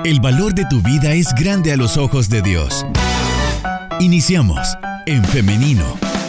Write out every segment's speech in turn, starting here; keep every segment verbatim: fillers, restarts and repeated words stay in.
El valor de tu vida es grande a los ojos de Dios. Iniciamos en femenino.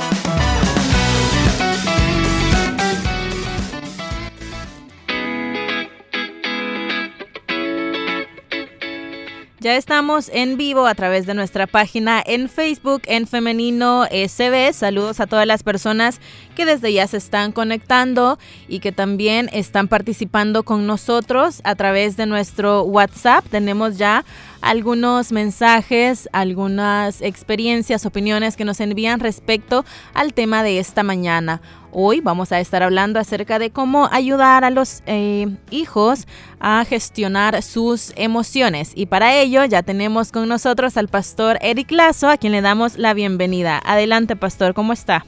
Ya estamos en vivo a través de nuestra página en Facebook, en Femenino S B. Saludos a todas las personas que desde ya se están conectando y que también están participando con nosotros a través de nuestro WhatsApp. Tenemos ya algunos mensajes, algunas experiencias, opiniones que nos envían respecto al tema de esta mañana. Hoy vamos a estar hablando acerca de cómo ayudar a los eh, hijos a gestionar sus emociones. Y para ello ya tenemos con nosotros al pastor Eric Lazo, a quien le damos la bienvenida. Adelante, pastor, ¿cómo está?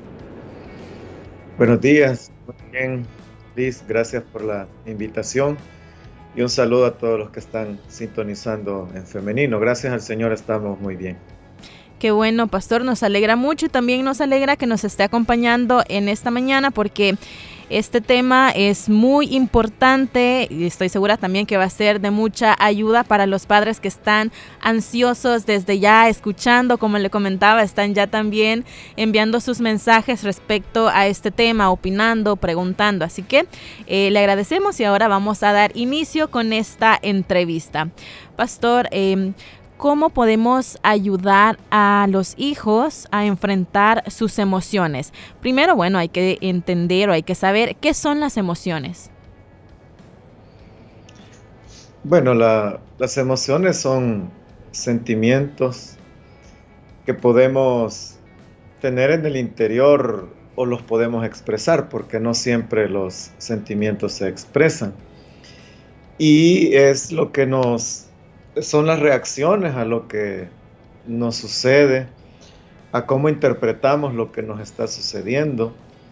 Buenos días, muy bien, Liz, gracias por la invitación. Y un saludo a todos los que están sintonizando en femenino. Gracias al Señor, estamos muy bien. Qué bueno, pastor, nos alegra mucho y también nos alegra que nos esté acompañando en esta mañana porque este tema es muy importante y estoy segura también que va a ser de mucha ayuda para los padres que están ansiosos desde ya escuchando, como le comentaba, están ya también enviando sus mensajes respecto a este tema, opinando, preguntando. Así que eh, le agradecemos y ahora vamos a dar inicio con esta entrevista. Pastor, eh, ¿cómo podemos ayudar a los hijos a enfrentar sus emociones? Primero, bueno, hay que entender o hay que saber qué son las emociones. Bueno, la, las emociones son sentimientos que podemos tener en el interior o los podemos expresar, porque no siempre los sentimientos se expresan. Y es lo que nos... son las reacciones a lo que nos sucede, a cómo interpretamos lo que nos está sucediendo.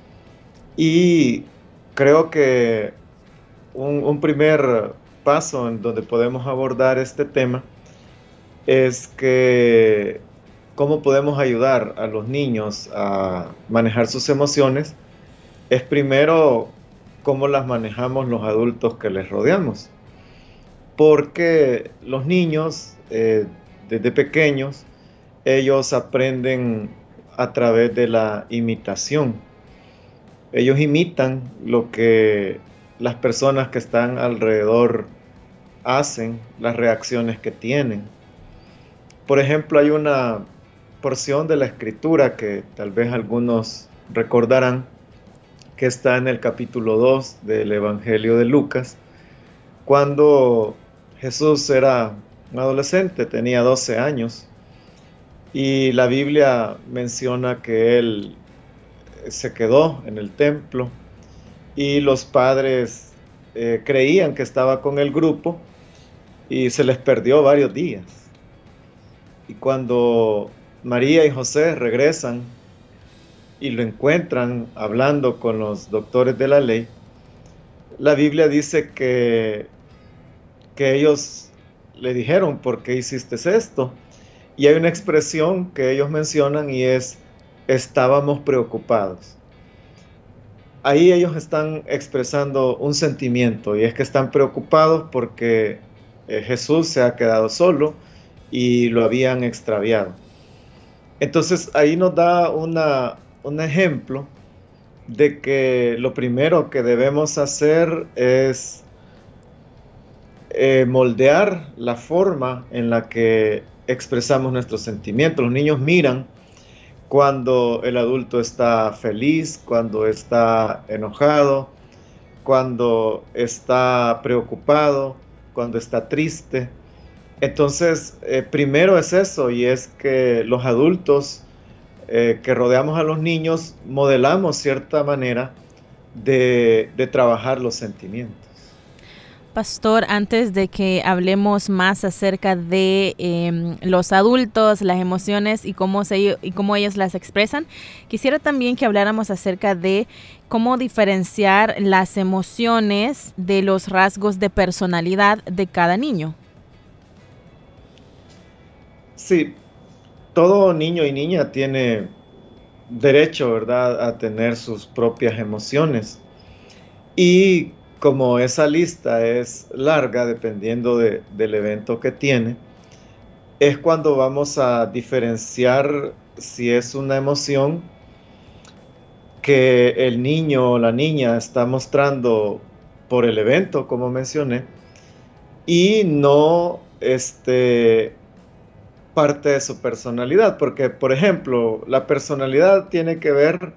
Y creo que un, un primer paso en donde podemos abordar este tema es que cómo podemos ayudar a los niños a manejar sus emociones es primero cómo las manejamos los adultos que les rodeamos. Porque los niños, eh, desde pequeños, ellos aprenden a través de la imitación. Ellos imitan lo que las personas que están alrededor hacen, las reacciones que tienen. Por ejemplo, hay una porción de la Escritura que tal vez algunos recordarán, que está en el capítulo dos del Evangelio de Lucas, cuando Jesús era un adolescente, tenía doce años, y la Biblia menciona que él se quedó en el templo y los padres eh, creían que estaba con el grupo y se les perdió varios días. Y cuando María y José regresan y lo encuentran hablando con los doctores de la ley, la Biblia dice que que ellos le dijeron, ¿por qué hiciste esto? Y hay una expresión que ellos mencionan y es, estábamos preocupados. Ahí ellos están expresando un sentimiento y es que están preocupados porque eh, Jesús se ha quedado solo y lo habían extraviado. Entonces ahí nos da una, un ejemplo de que lo primero que debemos hacer es Eh, moldear la forma en la que expresamos nuestros sentimientos. Los niños miran cuando el adulto está feliz, cuando está enojado, cuando está preocupado, cuando está triste. Entonces, eh, primero es eso, y es que los adultos eh, que rodeamos a los niños modelamos cierta manera de, de trabajar los sentimientos. Pastor, antes de que hablemos más acerca de eh, los adultos, las emociones y cómo, se, y cómo ellos las expresan, quisiera también que habláramos acerca de cómo diferenciar las emociones de los rasgos de personalidad de cada niño. Sí, todo niño y niña tiene derecho, ¿verdad?, a tener sus propias emociones. Y como esa lista es larga, dependiendo de, del evento que tiene, es cuando vamos a diferenciar si es una emoción que el niño o la niña está mostrando por el evento, como mencioné, y no este, parte de su personalidad, porque, por ejemplo, la personalidad tiene que ver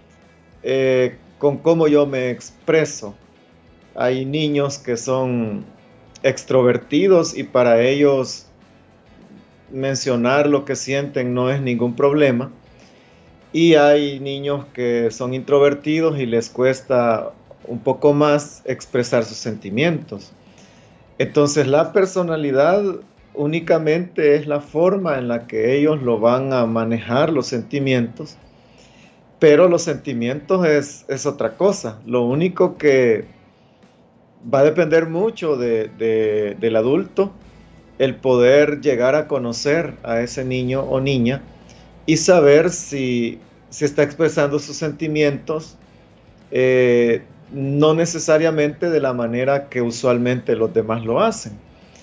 eh, con cómo yo me expreso. Hay niños que son extrovertidos y para ellos mencionar lo que sienten no es ningún problema. Y hay niños que son introvertidos y les cuesta un poco más expresar sus sentimientos. Entonces la personalidad únicamente es la forma en la que ellos lo van a manejar los sentimientos, pero los sentimientos es, es otra cosa. Lo único que va a depender mucho de, de, del adulto, el poder llegar a conocer a ese niño o niña y saber si, si está expresando sus sentimientos, eh, no necesariamente de la manera que usualmente los demás lo hacen.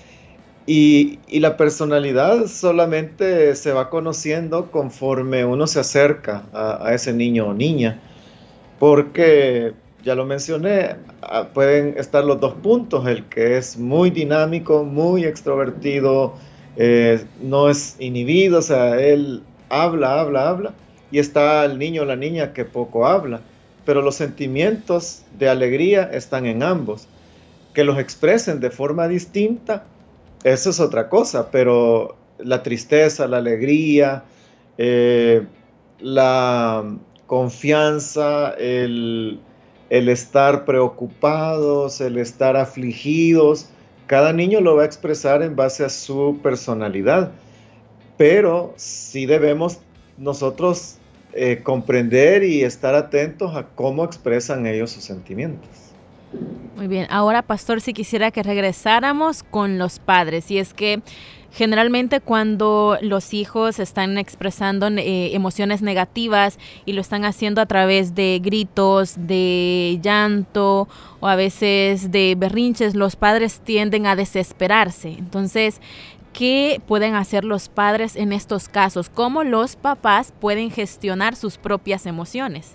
Y, y la personalidad solamente se va conociendo conforme uno se acerca a, a ese niño o niña, porque ya lo mencioné, pueden estar los dos puntos, el que es muy dinámico, muy extrovertido, eh, no es inhibido, o sea, él habla, habla, habla, y está el niño o la niña que poco habla, pero los sentimientos de alegría están en ambos. Que los expresen de forma distinta, eso es otra cosa, pero la tristeza, la alegría, eh, la confianza, el, el estar preocupados, el estar afligidos, cada niño lo va a expresar en base a su personalidad, pero sí debemos nosotros eh, comprender y estar atentos a cómo expresan ellos sus sentimientos. Muy bien, ahora pastor, si quisiera que regresáramos con los padres, y es que generalmente cuando los hijos están expresando eh, emociones negativas y lo están haciendo a través de gritos, de llanto o a veces de berrinches, los padres tienden a desesperarse. Entonces, ¿qué pueden hacer los padres en estos casos? ¿Cómo los papás pueden gestionar sus propias emociones?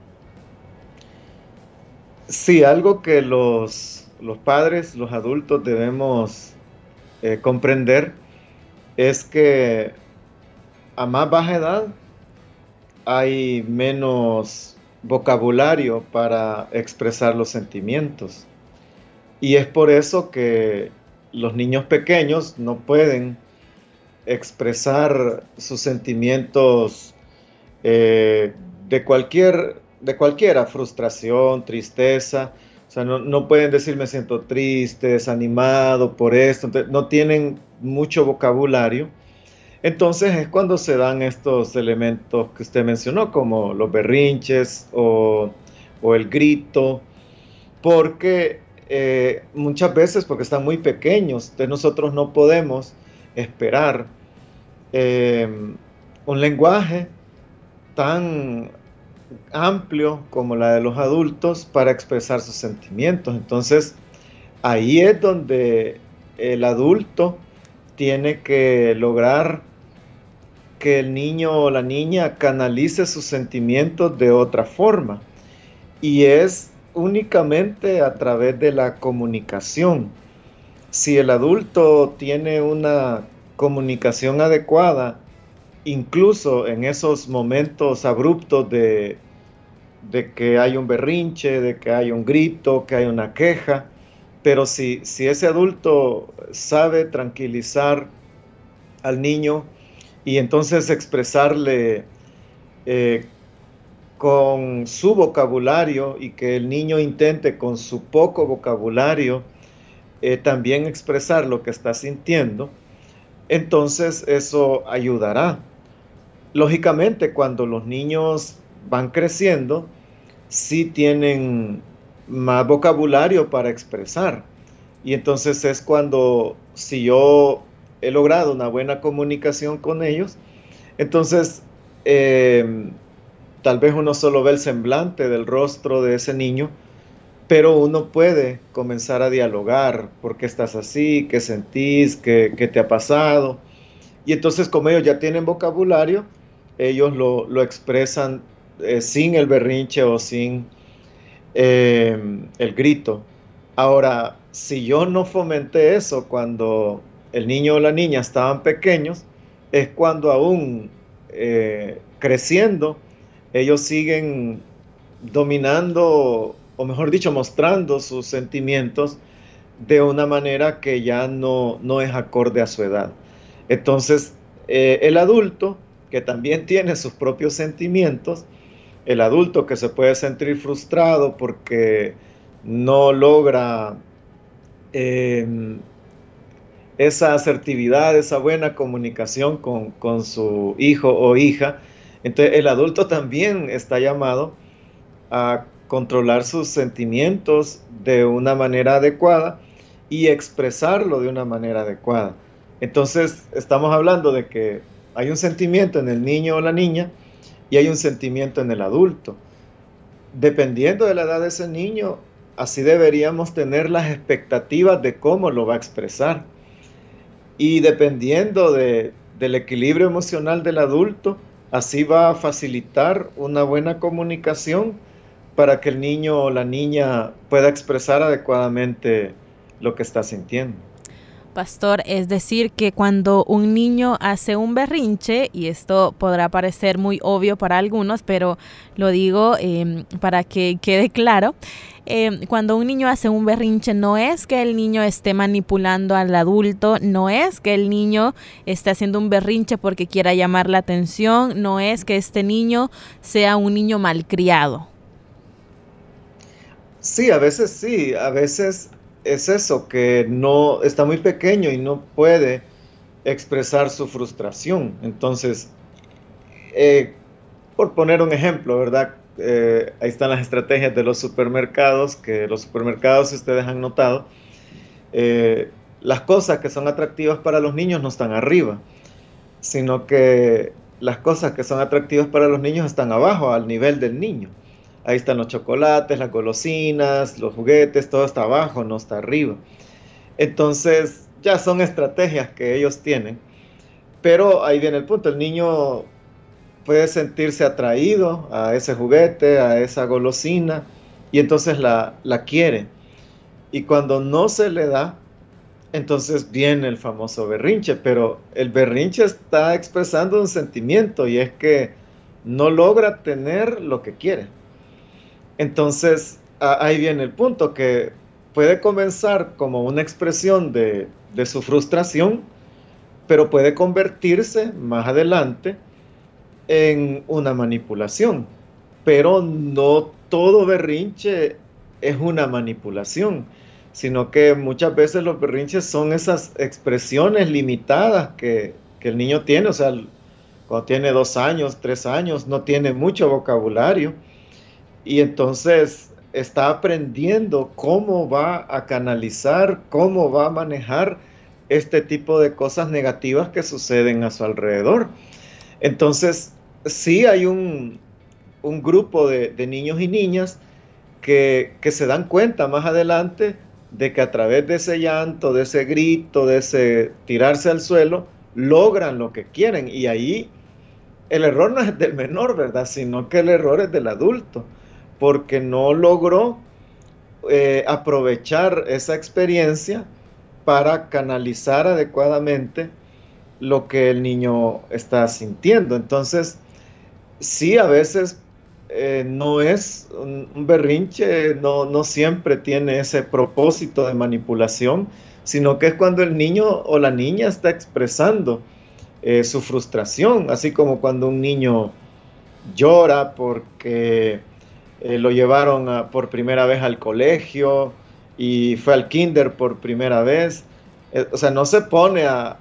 Sí, algo que los, los padres, los adultos debemos eh, comprender es que a más baja edad hay menos vocabulario para expresar los sentimientos. Y es por eso que los niños pequeños no pueden expresar sus sentimientos eh, de cualquier, de cualquiera, frustración, tristeza. O sea, no, no pueden decir me siento triste, desanimado por esto. Entonces, no tienen mucho vocabulario. Entonces es cuando se dan estos elementos que usted mencionó, como los berrinches o, o el grito, porque eh, muchas veces, porque están muy pequeños, entonces nosotros no podemos esperar eh, un lenguaje tan amplio como la de los adultos para expresar sus sentimientos. Entonces ahí es donde el adulto tiene que lograr que el niño o la niña canalice sus sentimientos de otra forma, y es únicamente a través de la comunicación. Si el adulto tiene una comunicación adecuada, incluso en esos momentos abruptos de, de que hay un berrinche, de que hay un grito, que hay una queja, pero si, si ese adulto sabe tranquilizar al niño y entonces expresarle eh, con su vocabulario, y que el niño intente con su poco vocabulario eh, también expresar lo que está sintiendo, entonces eso ayudará. Lógicamente, cuando los niños van creciendo, sí tienen más vocabulario para expresar, y entonces es cuando, si yo he logrado una buena comunicación con ellos, entonces eh, tal vez uno solo ve el semblante del rostro de ese niño, pero uno puede comenzar a dialogar, ¿por qué estás así? ¿Qué sentís? ¿Qué, qué te ha pasado? Y entonces como ellos ya tienen vocabulario, ellos lo, lo expresan eh, sin el berrinche o sin eh, el grito. Ahora, si yo no fomenté eso cuando el niño o la niña estaban pequeños, es cuando aún eh, creciendo, ellos siguen dominando, o mejor dicho, mostrando sus sentimientos de una manera que ya no, no es acorde a su edad. Entonces, eh, el adulto, que también tiene sus propios sentimientos, el adulto que se puede sentir frustrado porque no logra eh, esa asertividad, esa buena comunicación con, con su hijo o hija, entonces el adulto también está llamado a controlar sus sentimientos de una manera adecuada y expresarlo de una manera adecuada. Entonces estamos hablando de que hay un sentimiento en el niño o la niña y hay un sentimiento en el adulto. Dependiendo de la edad de ese niño, así deberíamos tener las expectativas de cómo lo va a expresar. Y dependiendo de, del equilibrio emocional del adulto, así va a facilitar una buena comunicación para que el niño o la niña pueda expresar adecuadamente lo que está sintiendo. Pastor, es decir que cuando un niño hace un berrinche, y esto podrá parecer muy obvio para algunos, pero lo digo eh, para que quede claro, eh, cuando un niño hace un berrinche no es que el niño esté manipulando al adulto, no es que el niño esté haciendo un berrinche porque quiera llamar la atención, no es que este niño sea un niño malcriado. Sí, a veces sí, a veces es eso, que no está muy pequeño y no puede expresar su frustración. Entonces, eh, por poner un ejemplo, ¿verdad? Eh, ahí están las estrategias de los supermercados, que los supermercados, si ustedes han notado, eh, las cosas que son atractivas para los niños no están arriba, sino que las cosas que son atractivas para los niños están abajo, al nivel del niño. Ahí están los chocolates, las golosinas, los juguetes, todo está abajo, no está arriba. Entonces, ya son estrategias que ellos tienen. Pero ahí viene el punto, el niño puede sentirse atraído a ese juguete, a esa golosina, y entonces la, la quiere. Y cuando no se le da, entonces viene el famoso berrinche, pero el berrinche está expresando un sentimiento, y es que no logra tener lo que quiere. Entonces, ahí viene el punto, que puede comenzar como una expresión de, de su frustración, pero puede convertirse más adelante en una manipulación. Pero no todo berrinche es una manipulación, sino que muchas veces los berrinches son esas expresiones limitadas que, que el niño tiene. O sea, cuando tiene dos años, tres años, no tiene mucho vocabulario. Y entonces está aprendiendo cómo va a canalizar, cómo va a manejar este tipo de cosas negativas que suceden a su alrededor. Entonces, sí hay un, un grupo de, de niños y niñas que, que se dan cuenta más adelante de que a través de ese llanto, de ese grito, de ese tirarse al suelo, logran lo que quieren. Y ahí el error no es del menor, ¿verdad? Sino que el error es del adulto, porque no logró eh, aprovechar esa experiencia para canalizar adecuadamente lo que el niño está sintiendo. Entonces, sí, a veces eh, no es un, un berrinche, no, no siempre tiene ese propósito de manipulación, sino que es cuando el niño o la niña está expresando eh, su frustración, así como cuando un niño llora porque Eh, lo llevaron a, por primera vez al colegio y fue al kinder por primera vez. Eh, o sea, no se pone a,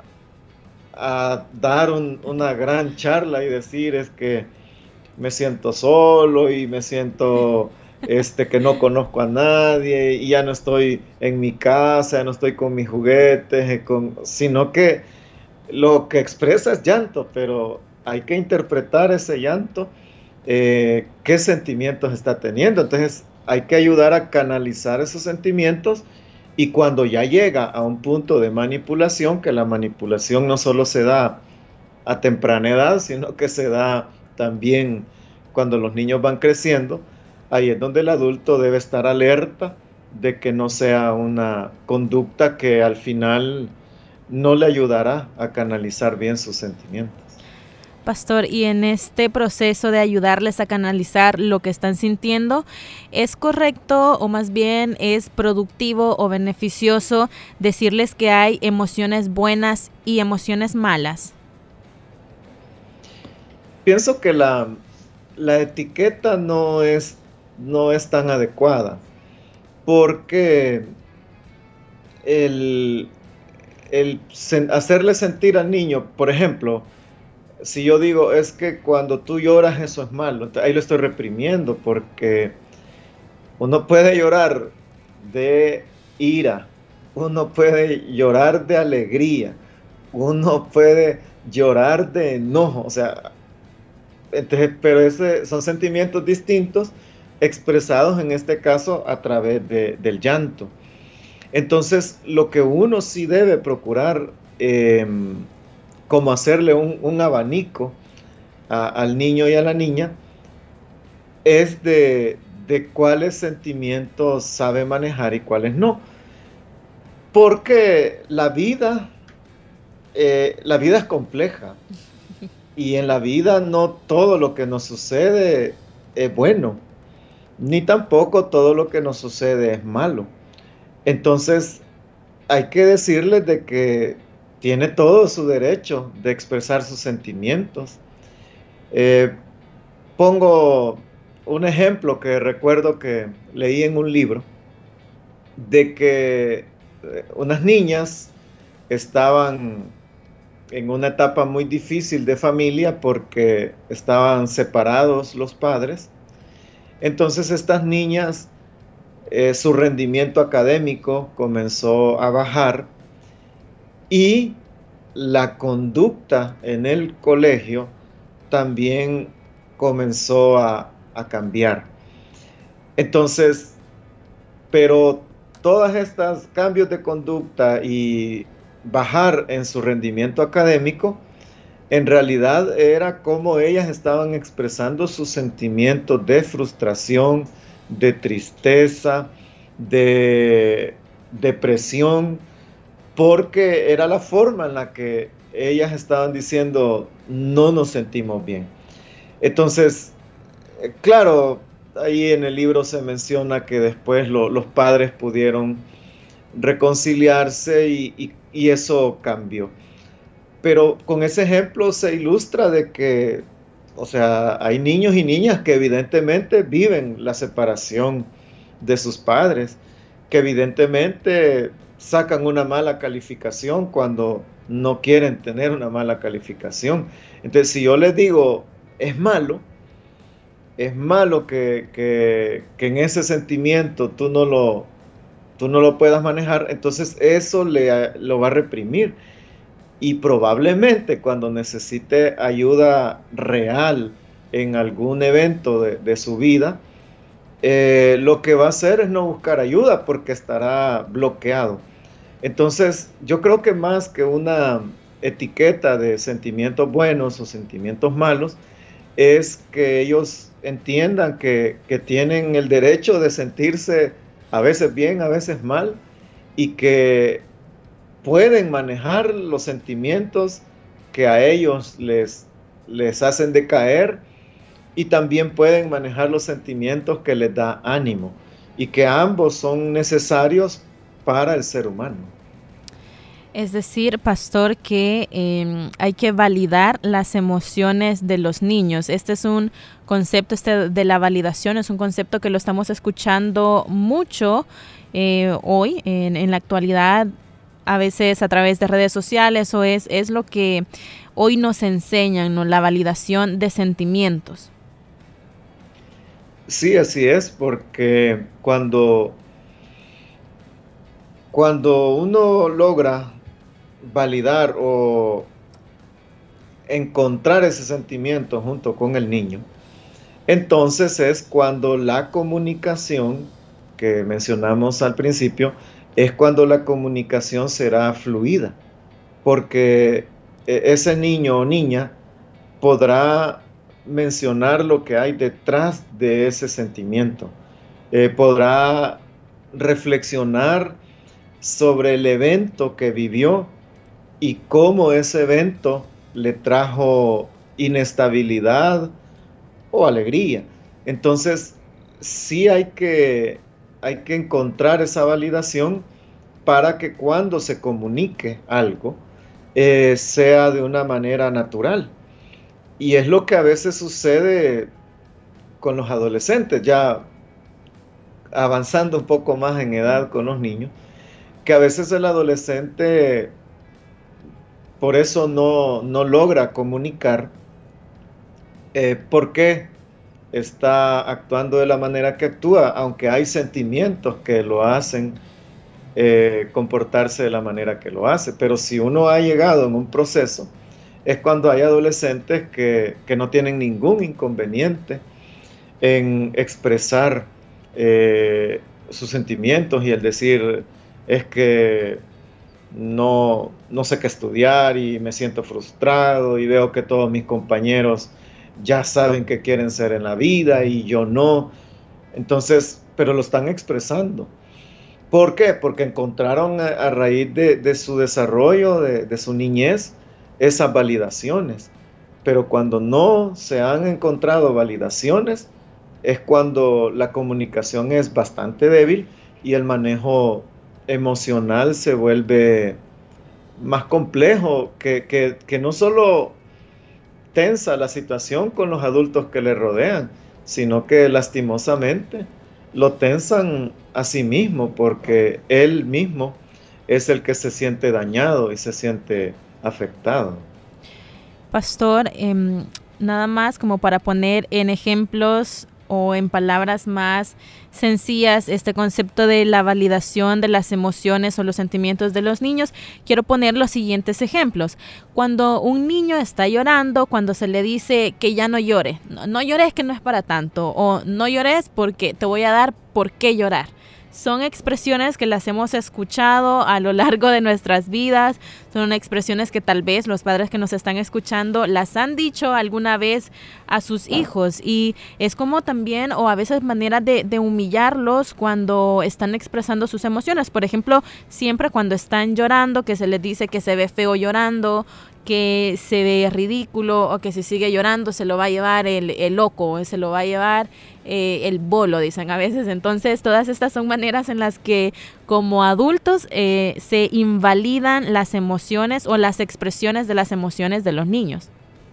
a dar un, una gran charla y decir es que me siento solo y me siento este, que no conozco a nadie y ya no estoy en mi casa, ya no estoy con mis juguetes, con, sino que lo que expresa es llanto, pero hay que interpretar ese llanto. Eh, qué sentimientos está teniendo. Entonces hay que ayudar a canalizar esos sentimientos, y cuando ya llega a un punto de manipulación, que la manipulación no solo se da a temprana edad, sino que se da también cuando los niños van creciendo, ahí es donde el adulto debe estar alerta de que no sea una conducta que al final no le ayudará a canalizar bien sus sentimientos. Pastor, y en este proceso de ayudarles a canalizar lo que están sintiendo, ¿es correcto o más bien es productivo o beneficioso decirles que hay emociones buenas y emociones malas? Pienso que la, la etiqueta no es, no es tan adecuada, porque el, el sen, hacerle sentir al niño, por ejemplo, si yo digo, es que cuando tú lloras eso es malo, ahí lo estoy reprimiendo, porque uno puede llorar de ira, uno puede llorar de alegría, uno puede llorar de enojo, o sea, entonces, pero ese son sentimientos distintos expresados en este caso a través de, del llanto. Entonces, lo que uno sí debe procurar, eh, como hacerle un, un abanico a, al niño y a la niña, es de, de cuáles sentimientos sabe manejar y cuáles no. Porque la vida, eh, la vida es compleja. Y en la vida no todo lo que nos sucede es bueno, ni tampoco todo lo que nos sucede es malo. Entonces, hay que decirles de que tiene todo su derecho de expresar sus sentimientos. Eh, pongo un ejemplo que recuerdo que leí en un libro, de que unas niñas estaban en una etapa muy difícil de familia porque estaban separados los padres. Entonces estas niñas, eh, su rendimiento académico comenzó a bajar y la conducta en el colegio también comenzó a, a cambiar. Entonces, pero todas estas cambios de conducta y bajar en su rendimiento académico, en realidad era como ellas estaban expresando sus sentimientos de frustración, de tristeza, de depresión, porque era la forma en la que ellas estaban diciendo no nos sentimos bien. Entonces, claro, ahí en el libro se menciona que después lo, los padres pudieron reconciliarse y, y, y eso cambió. Pero con ese ejemplo se ilustra de que, o sea, hay niños y niñas que evidentemente viven la separación de sus padres, que evidentemente sacan una mala calificación cuando no quieren tener una mala calificación. Entonces, si yo les digo, es malo, es malo que, que, que en ese sentimiento tú no lo, tú no lo puedas manejar, entonces eso le, lo va a reprimir. Y probablemente cuando necesite ayuda real en algún evento de, de su vida, eh, lo que va a hacer es no buscar ayuda porque estará bloqueado. Entonces, yo creo que más que una etiqueta de sentimientos buenos o sentimientos malos, es que ellos entiendan que, que tienen el derecho de sentirse a veces bien, a veces mal, y que pueden manejar los sentimientos que a ellos les, les hacen decaer, y también pueden manejar los sentimientos que les da ánimo, y que ambos son necesarios para el ser humano. Es decir, pastor, que eh, hay que validar las emociones de los niños. Este es un concepto este de la validación, es un concepto que lo estamos escuchando mucho eh, hoy, en, en la actualidad, a veces a través de redes sociales, o es, es lo que hoy nos enseñan, ¿no? La validación de sentimientos. Sí, así es, porque cuando, cuando uno logra validar o encontrar ese sentimiento junto con el niño, entonces es cuando la comunicación que mencionamos al principio, es cuando la comunicación será fluida, porque ese niño o niña podrá mencionar lo que hay detrás de ese sentimiento, eh, podrá reflexionar sobre el evento que vivió y cómo ese evento le trajo inestabilidad o alegría. Entonces, sí hay que, hay que encontrar esa validación para que cuando se comunique algo, eh, sea de una manera natural. Y es lo que a veces sucede con los adolescentes, ya avanzando un poco más en edad con los niños, que a veces el adolescente por eso no, no logra comunicar eh, por qué está actuando de la manera que actúa, aunque hay sentimientos que lo hacen eh, comportarse de la manera que lo hace. Pero si uno ha llegado en un proceso, es cuando hay adolescentes que, que no tienen ningún inconveniente en expresar eh, sus sentimientos y el decir, es que no, no sé qué estudiar y me siento frustrado y veo que todos mis compañeros ya saben qué quieren ser en la vida y yo no. Entonces, pero lo están expresando. ¿Por qué? Porque encontraron a, a raíz de, de su desarrollo, de, de su niñez, esas validaciones. Pero cuando no se han encontrado validaciones, es cuando la comunicación es bastante débil y el manejo emocional se vuelve más complejo, que, que, que no solo tensa la situación con los adultos que le rodean, sino que lastimosamente lo tensan a sí mismo, porque él mismo es el que se siente dañado y se siente afectado. Pastor, eh, nada más como para poner en ejemplos o en palabras más sencillas este concepto de la validación de las emociones o los sentimientos de los niños, quiero poner los siguientes ejemplos. Cuando un niño está llorando, cuando se le dice que ya no llore, no, no llores que no es para tanto, o no llores porque te voy a dar por qué llorar. Son expresiones que las hemos escuchado a lo largo de nuestras vidas, son expresiones que tal vez los padres que nos están escuchando las han dicho alguna vez a sus hijos, y es como también, o a veces manera de, de humillarlos cuando están expresando sus emociones. Por ejemplo, siempre cuando están llorando, que se les dice que se ve feo llorando, que se ve ridículo, o que si sigue llorando se lo va a llevar el, el loco, se lo va a llevar eh, el bolo, dicen a veces. Entonces, todas estas son maneras en las que como adultos eh, se invalidan las emociones o las expresiones de las emociones de los niños.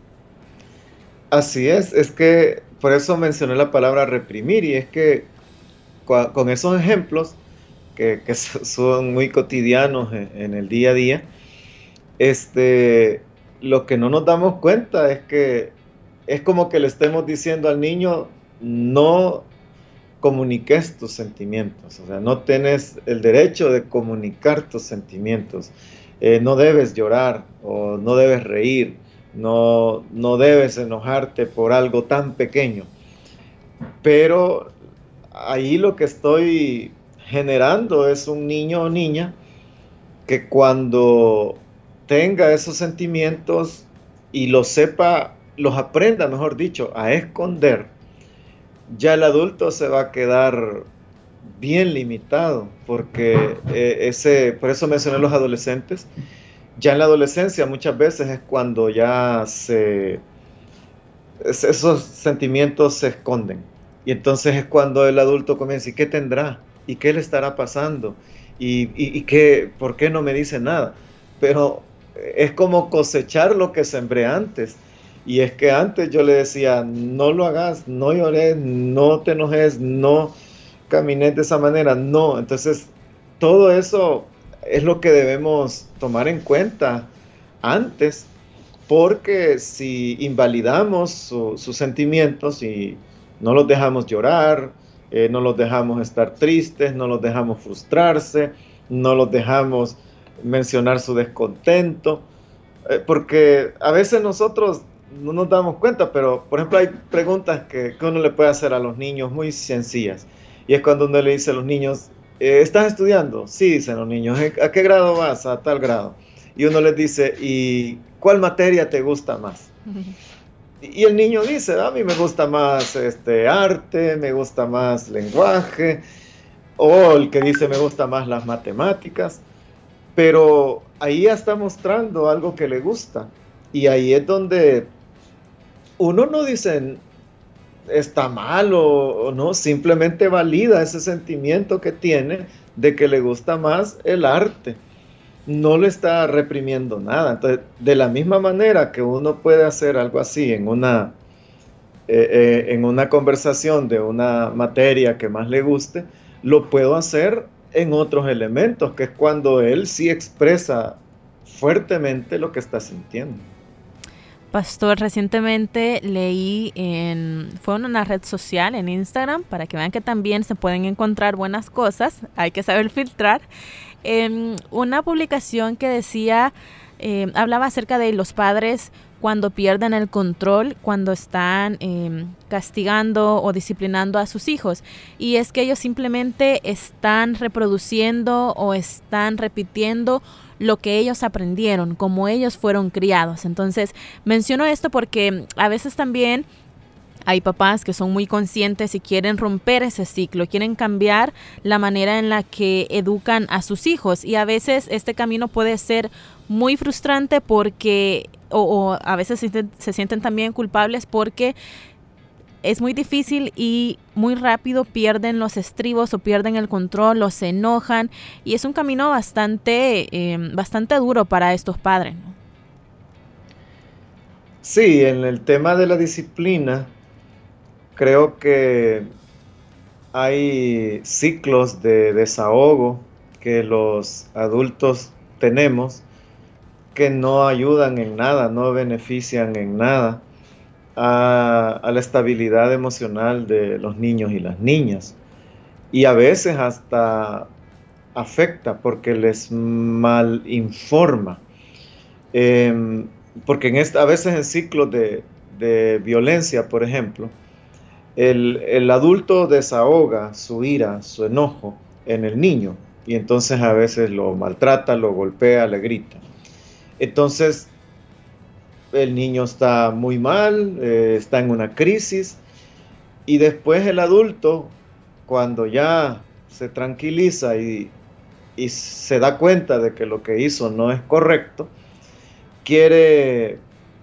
Así es, es que por eso mencioné la palabra reprimir, y es que con esos ejemplos que, que son muy cotidianos en, en el día a día, Este, lo que no nos damos cuenta es que es como que le estemos diciendo al niño, no comuniques tus sentimientos, o sea, no tienes el derecho de comunicar tus sentimientos, eh, no debes llorar o no debes reír, no, no debes enojarte por algo tan pequeño. Pero ahí lo que estoy generando es un niño o niña que cuando tenga esos sentimientos y los sepa, los aprenda, mejor dicho, a esconder, ya el adulto se va a quedar bien limitado, porque eh, ese, por eso mencioné los adolescentes. Ya en la adolescencia muchas veces es cuando ya se, esos sentimientos se esconden, y entonces es cuando el adulto comienza, ¿y qué tendrá? ¿Y qué le estará pasando? ¿Y, y, y qué, por qué no me dice nada? Pero es como cosechar lo que sembré antes. Y es que antes yo le decía, no lo hagas, no llores, no te enojes, no camines de esa manera, no. Entonces, todo eso es lo que debemos tomar en cuenta antes, porque si invalidamos su, sus sentimientos y no los dejamos llorar, eh, no los dejamos estar tristes, no los dejamos frustrarse, no los dejamos mencionar su descontento, eh, porque a veces nosotros no nos damos cuenta, pero por ejemplo hay preguntas que, que uno le puede hacer a los niños muy sencillas. Y es cuando uno le dice a los niños, eh, ¿estás estudiando? Sí, dicen los niños. ¿A qué grado vas? A tal grado. Y uno les dice, ¿y cuál materia te gusta más? Y el niño dice, a mí me gusta más este, arte, me gusta más lenguaje, o el que dice me gusta más las matemáticas, pero ahí ya está mostrando algo que le gusta. Y ahí es donde uno no dice está mal o, o no, simplemente valida ese sentimiento que tiene de que le gusta más el arte. No le está reprimiendo nada. Entonces, de la misma manera que uno puede hacer algo así en una, eh, eh, en una conversación de una materia que más le guste, lo puedo hacer en otros elementos, que es cuando él sí expresa fuertemente lo que está sintiendo. Pastor, recientemente leí en, fue en una red social, en Instagram, para que vean que también se pueden encontrar buenas cosas, hay que saber filtrar, eh, una publicación que decía, eh, hablaba acerca de los padres cuando pierden el control, cuando están eh, castigando o disciplinando a sus hijos. Y es que ellos simplemente están reproduciendo o están repitiendo lo que ellos aprendieron, como ellos fueron criados. Entonces, menciono esto porque a veces también hay papás que son muy conscientes y quieren romper ese ciclo, quieren cambiar la manera en la que educan a sus hijos. Y a veces este camino puede ser muy frustrante porque, o, o a veces se, se sienten también culpables porque es muy difícil y muy rápido pierden los estribos o pierden el control, o se enojan, y es un camino bastante, eh, bastante duro para estos padres, ¿no? Sí, en el tema de la disciplina, creo que hay ciclos de desahogo que los adultos tenemos que no ayudan en nada, no benefician en nada A, a la estabilidad emocional de los niños y las niñas, y a veces hasta afecta porque les malinforma, eh, porque en esta, a veces en ciclos de, de violencia, por ejemplo, el, el adulto desahoga su ira, su enojo en el niño, y entonces a veces lo maltrata, lo golpea, le grita. Entonces el niño está muy mal, eh, está en una crisis, y después el adulto, cuando ya se tranquiliza y, y se da cuenta de que lo que hizo no es correcto, quiere,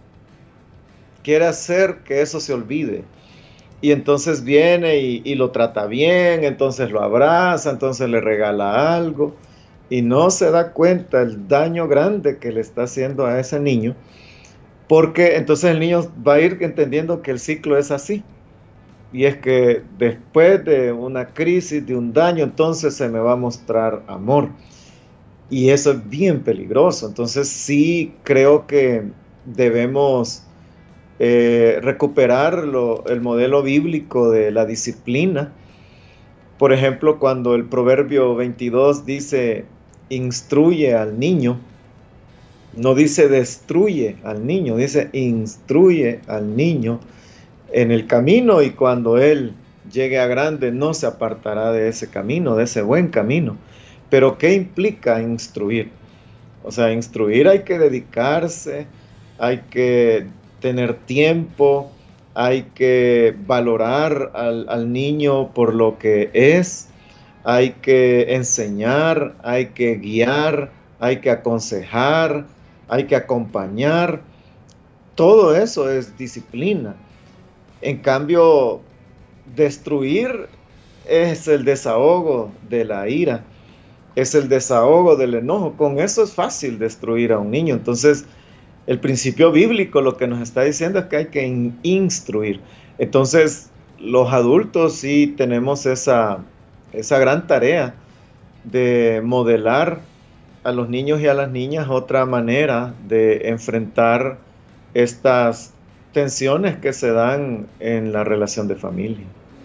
quiere hacer que eso se olvide. Y entonces viene y, y lo trata bien, entonces lo abraza, entonces le regala algo, y no se da cuenta el daño grande que le está haciendo a ese niño, porque entonces el niño va a ir entendiendo que el ciclo es así. Y es que después de una crisis, de un daño, entonces se me va a mostrar amor. Y eso es bien peligroso. Entonces sí creo que debemos eh, recuperar lo, el modelo bíblico de la disciplina. Por ejemplo, cuando el Proverbio veintidós dice, instruye al niño, no dice destruye al niño, dice instruye al niño en el camino, y cuando él llegue a grande no se apartará de ese camino, de ese buen camino. Pero ¿qué implica instruir? O sea, instruir hay que dedicarse, hay que tener tiempo, hay que valorar al, al niño por lo que es, hay que enseñar, hay que guiar, hay que aconsejar, hay que acompañar. Todo eso es disciplina. En cambio, destruir es el desahogo de la ira, es el desahogo del enojo. Con eso es fácil destruir a un niño. Entonces, el principio bíblico lo que nos está diciendo es que hay que in- instruir. Entonces, los adultos sí tenemos esa, esa gran tarea de modelar a los niños y a las niñas otra manera de enfrentar estas tensiones que se dan en la relación de familia.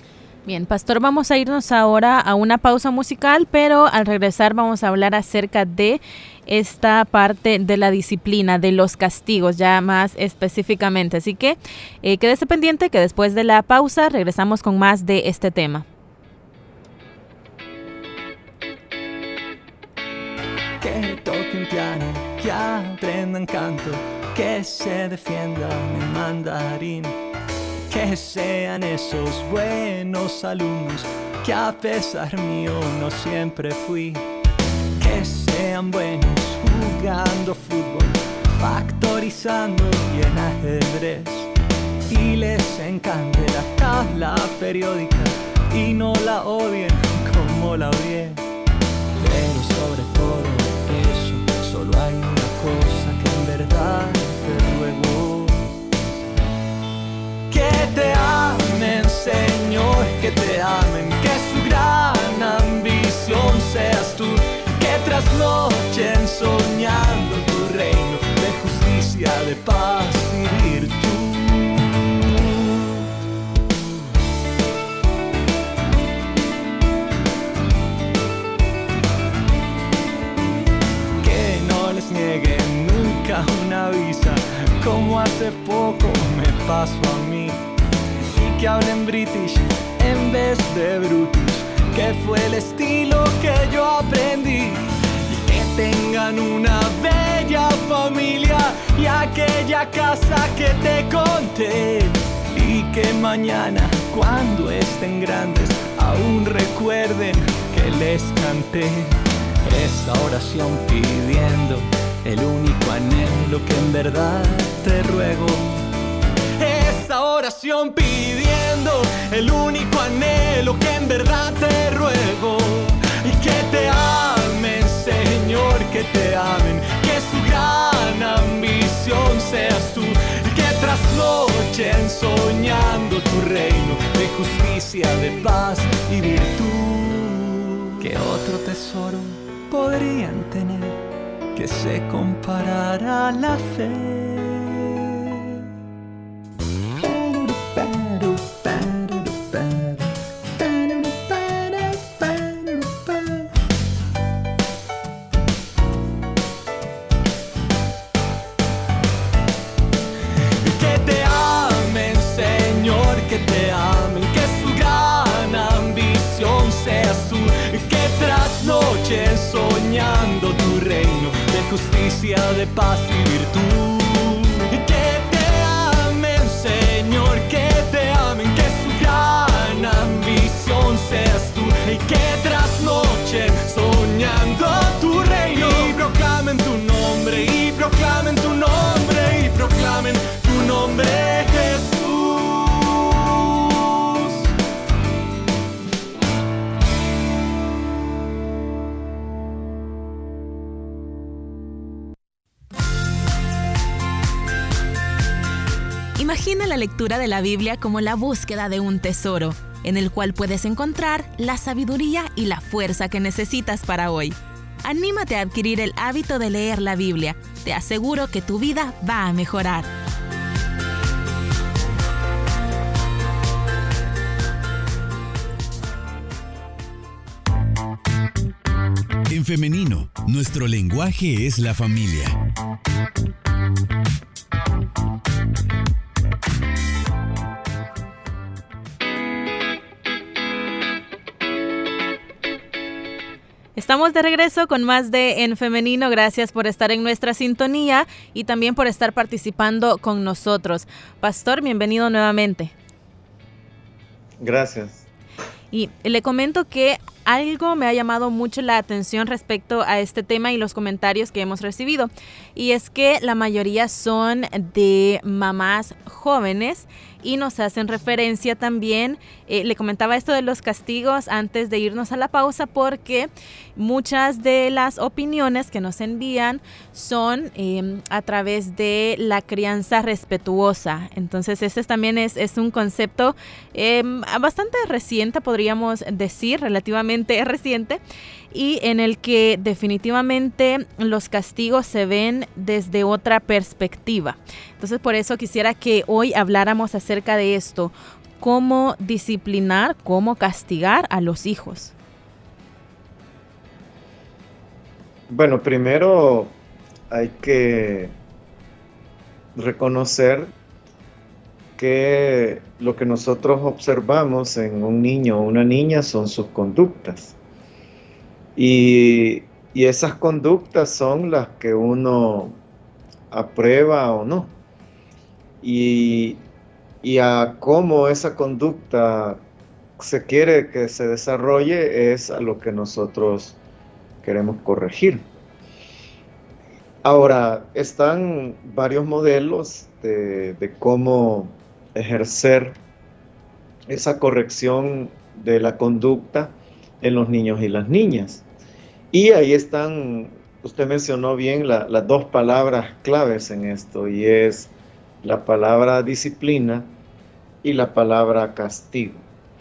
Bien, pastor, vamos a irnos ahora a una pausa musical, pero al regresar vamos a hablar acerca de esta parte de la disciplina, de los castigos, ya más específicamente. Así que eh, quédese pendiente que después de la pausa regresamos con más de este tema. Que toquen piano, que aprendan canto, que se defiendan en mandarín. Que sean esos buenos alumnos que a pesar mío no siempre fui. Que sean buenos jugando fútbol, factorizando y en ajedrez. Y les encante la tabla periódica y no la odien como la odié. Pero sobre todo eso, solo hay una cosa que en verdad te ruego. Que te amen, Señor, que te amen, que su gran ambición seas tú, que trasnochen soñando tu reino de justicia, de paz y virtud. Que no les nieguen nunca una visa, como hace poco me pasó a mí. Y que hablen British en vez de Brutish, que fue el estilo que yo aprendí. Y que tengan una bella familia y aquella casa que te conté. Y que mañana, cuando estén grandes, aún recuerden que les canté esta oración pidiendo el único anhelo que en verdad te ruego. Esta oración pidiendo el único anhelo que en verdad te ruego. Y que te amen, Señor, que te amen, que su gran ambición seas tú. Y que trasnochen soñando tu reino de justicia, de paz y virtud. Que otro tesoro podrían tener que se comparara a la fe. Que te amen, Señor, que te amen, que su gran ambición seas tú, que trasnochen soñando tu reino de justicia, de paz y virtud. Que te amen, Señor, que te amen, que su gran ambición seas tú, y que trasnochen soñando tu reino. Y proclamen tu nombre, y proclamen tu nombre, y proclamen tu nombre, Jesús. Imagina la lectura de la Biblia como la búsqueda de un tesoro, en el cual puedes encontrar la sabiduría y la fuerza que necesitas para hoy. Anímate a adquirir el hábito de leer la Biblia. Te aseguro que tu vida va a mejorar. En femenino, nuestro lenguaje es la familia. Estamos de regreso con más de En Femenino. Gracias por estar en nuestra sintonía y también por estar participando con nosotros. Pastor, bienvenido nuevamente. Gracias. Y le comento que algo me ha llamado mucho la atención respecto a este tema y los comentarios que hemos recibido. Y es que la mayoría son de mamás jóvenes y nos hacen referencia también, eh, le comentaba esto de los castigos antes de irnos a la pausa, porque muchas de las opiniones que nos envían son eh, a través de la crianza respetuosa. Entonces ese también es, es un concepto eh, bastante reciente, podríamos decir, relativamente reciente, y en el que definitivamente los castigos se ven desde otra perspectiva. Entonces por eso quisiera que hoy habláramos acerca de esto. cómo disciplinar, cómo castigar a los hijos? Bueno, primero hay que reconocer que lo que nosotros observamos en un niño o una niña son sus conductas. Y, y esas conductas son las que uno aprueba o no. Y, y a cómo esa conducta se quiere que se desarrolle es a lo que nosotros queremos corregir. Ahora, están varios modelos de, de cómo ejercer esa corrección de la conducta en los niños y las niñas. Y ahí están, usted mencionó bien la, las dos palabras claves en esto, y es la palabra disciplina y la palabra castigo.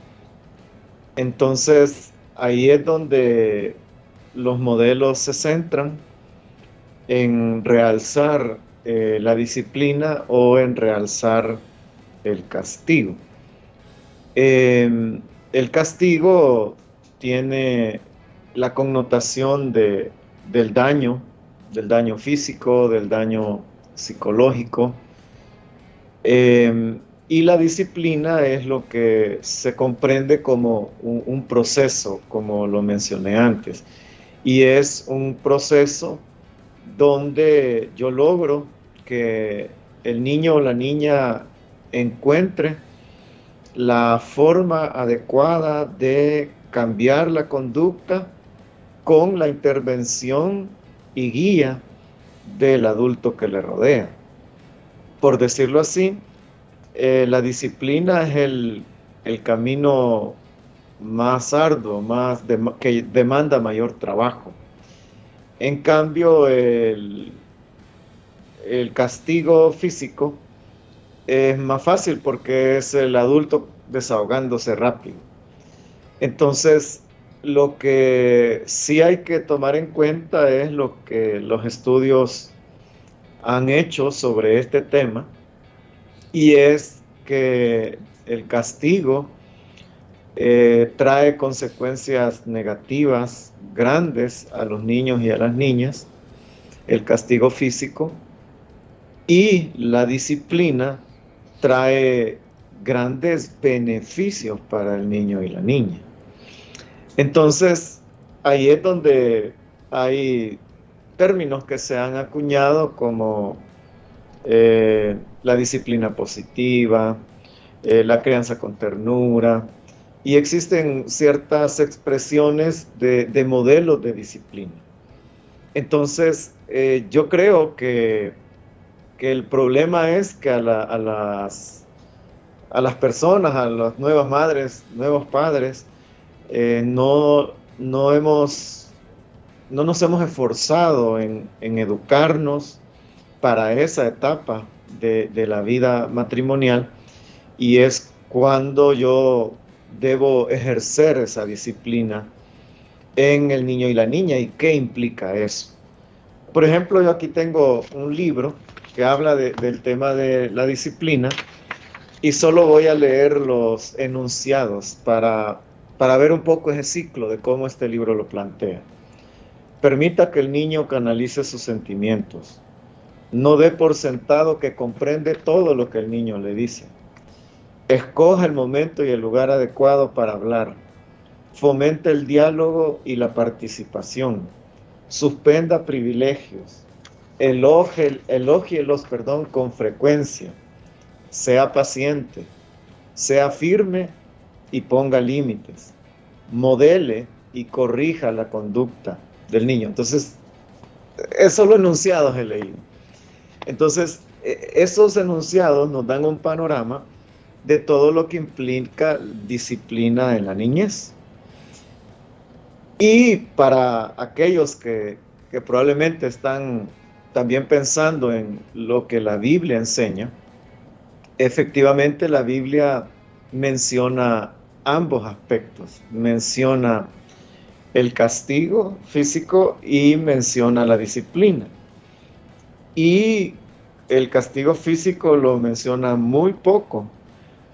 Entonces, ahí es donde los modelos se centran en realzar eh, la disciplina o en realzar el castigo. Eh, el castigo tiene la connotación de, del daño, del daño físico, del daño psicológico, eh, y la disciplina es lo que se comprende como un, un proceso, como lo mencioné antes, y es un proceso donde yo logro que el niño o la niña encuentre la forma adecuada de cambiar la conducta con la intervención y guía del adulto que le rodea. Por decirlo así, eh, la disciplina es el, el camino más arduo, más de, que demanda mayor trabajo. En cambio, el, el castigo físico es más fácil porque es el adulto desahogándose rápido. Entonces, lo que sí hay que tomar en cuenta es lo que los estudios han hecho sobre este tema, y es que el castigo eh, trae consecuencias negativas grandes a los niños y a las niñas, el castigo físico, y la disciplina trae grandes beneficios para el niño y la niña. Entonces, ahí es donde hay términos que se han acuñado como eh, la disciplina positiva, eh, la crianza con ternura, y existen ciertas expresiones de, de modelos de disciplina. Entonces, eh, yo creo que, que el problema es que a, la, a, las, a las personas, a las nuevas madres, nuevos padres, eh, no, no, hemos, no nos hemos esforzado en, en educarnos para esa etapa de, de la vida matrimonial, y es cuando yo debo ejercer esa disciplina en el niño y la niña. ¿Y qué implica eso? Por ejemplo, yo aquí tengo un libro que habla de, del tema de la disciplina, y solo voy a leer los enunciados para, para ver un poco ese ciclo de cómo este libro lo plantea. Permita que el niño canalice sus sentimientos. No dé por sentado que comprende todo lo que el niño le dice. Escoja el momento y el lugar adecuado para hablar. Fomente el diálogo y la participación. Suspenda privilegios. Elogie, elógielos, perdón, con frecuencia. Sea paciente. Sea firme y ponga límites. Modele y corrija la conducta del niño. Entonces, esos los enunciados he leído. Entonces, esos enunciados nos dan un panorama de todo lo que implica disciplina en la niñez. Y para aquellos que, que probablemente están también pensando en lo que la Biblia enseña, efectivamente la Biblia menciona ambos aspectos. Menciona el castigo físico y menciona la disciplina. Y el castigo físico lo menciona muy poco.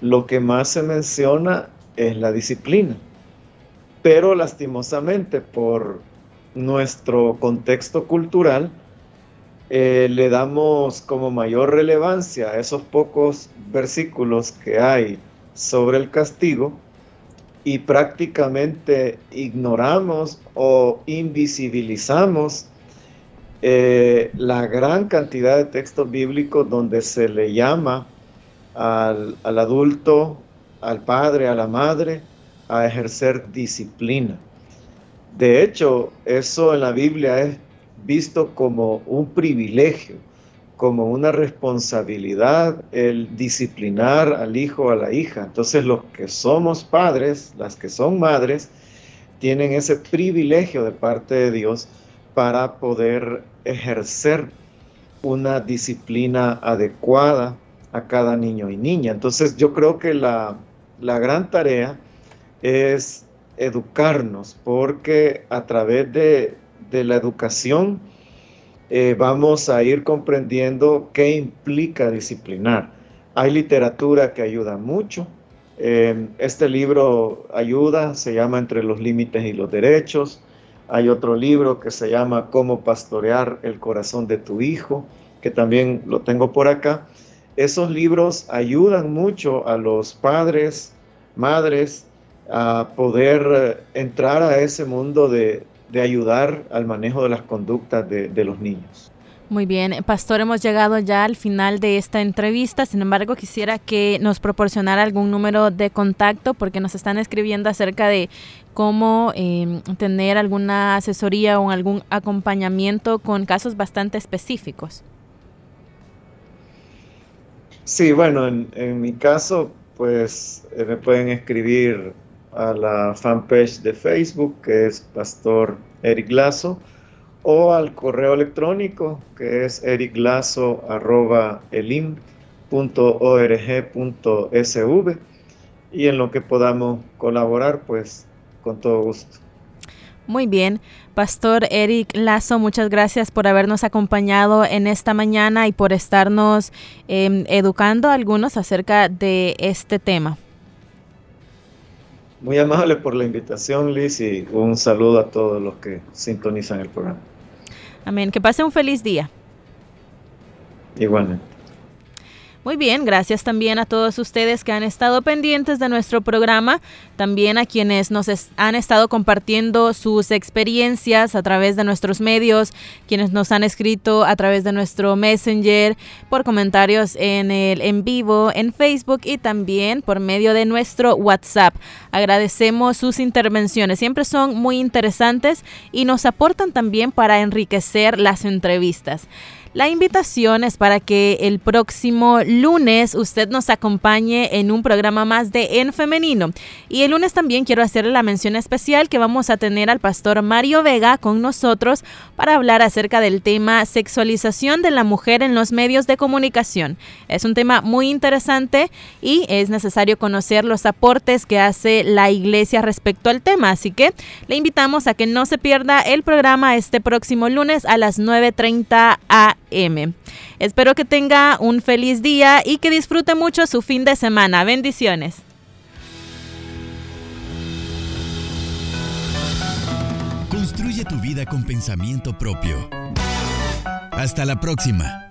lo que más se menciona es la disciplina. Pero lastimosamente por nuestro contexto cultural, eh, le damos como mayor relevancia a esos pocos versículos que hay sobre el castigo y prácticamente ignoramos o invisibilizamos eh, la gran cantidad de textos bíblicos donde se le llama al, al adulto, al padre, a la madre, a ejercer disciplina. De hecho, eso en la Biblia es visto como un privilegio, como una responsabilidad el disciplinar al hijo o a la hija. Entonces los que somos padres, las que son madres, tienen ese privilegio de parte de Dios para poder ejercer una disciplina adecuada a cada niño y niña. Entonces yo creo que la, la gran tarea es educarnos, porque a través de, de la educación eh, vamos a ir comprendiendo qué implica disciplinar. Hay literatura que ayuda mucho. Eh, este libro ayuda, se llama Entre los límites y los derechos. Hay otro libro que se llama Cómo pastorear el corazón de tu hijo, que también lo tengo por acá. Esos libros ayudan mucho a los padres, madres, a poder entrar a ese mundo de, de ayudar al manejo de las conductas de, de los niños. Muy bien, Pastor, hemos llegado ya al final de esta entrevista. Sin embargo, quisiera que nos proporcionara algún número de contacto, porque nos están escribiendo acerca de cómo eh, tener alguna asesoría o algún acompañamiento con casos bastante específicos. Sí, bueno, en, en mi caso, pues eh, me pueden escribir a la fanpage de Facebook, que es Pastor Eric Lazo, o al correo electrónico, que es ericlazo arroba elim punto org punto s v, y en lo que podamos colaborar, pues con todo gusto. Muy bien, Pastor Eric Lazo, muchas gracias por habernos acompañado en esta mañana y por estarnos eh, educando a algunos acerca de este tema. Muy amable por la invitación, Liz, y un saludo a todos los que sintonizan el programa. Amén. Que pase un feliz día. Igualmente. Muy bien, gracias también a todos ustedes que han estado pendientes de nuestro programa, también a quienes nos es, han estado compartiendo sus experiencias a través de nuestros medios, quienes nos han escrito a través de nuestro Messenger, por comentarios en el en vivo, en Facebook y también por medio de nuestro WhatsApp. Agradecemos sus intervenciones, siempre son muy interesantes y nos aportan también para enriquecer las entrevistas. La invitación es para que el próximo lunes usted nos acompañe en un programa más de En Femenino. Y el lunes también quiero hacerle la mención especial que vamos a tener al pastor Mario Vega con nosotros para hablar acerca del tema sexualización de la mujer en los medios de comunicación. Es un tema muy interesante y es necesario conocer los aportes que hace la iglesia respecto al tema. Así que le invitamos a que no se pierda el programa este próximo lunes a las nueve treinta a m Espero que tenga un feliz día y que disfrute mucho su fin de semana. Bendiciones. Construye tu vida con pensamiento propio. Hasta la próxima.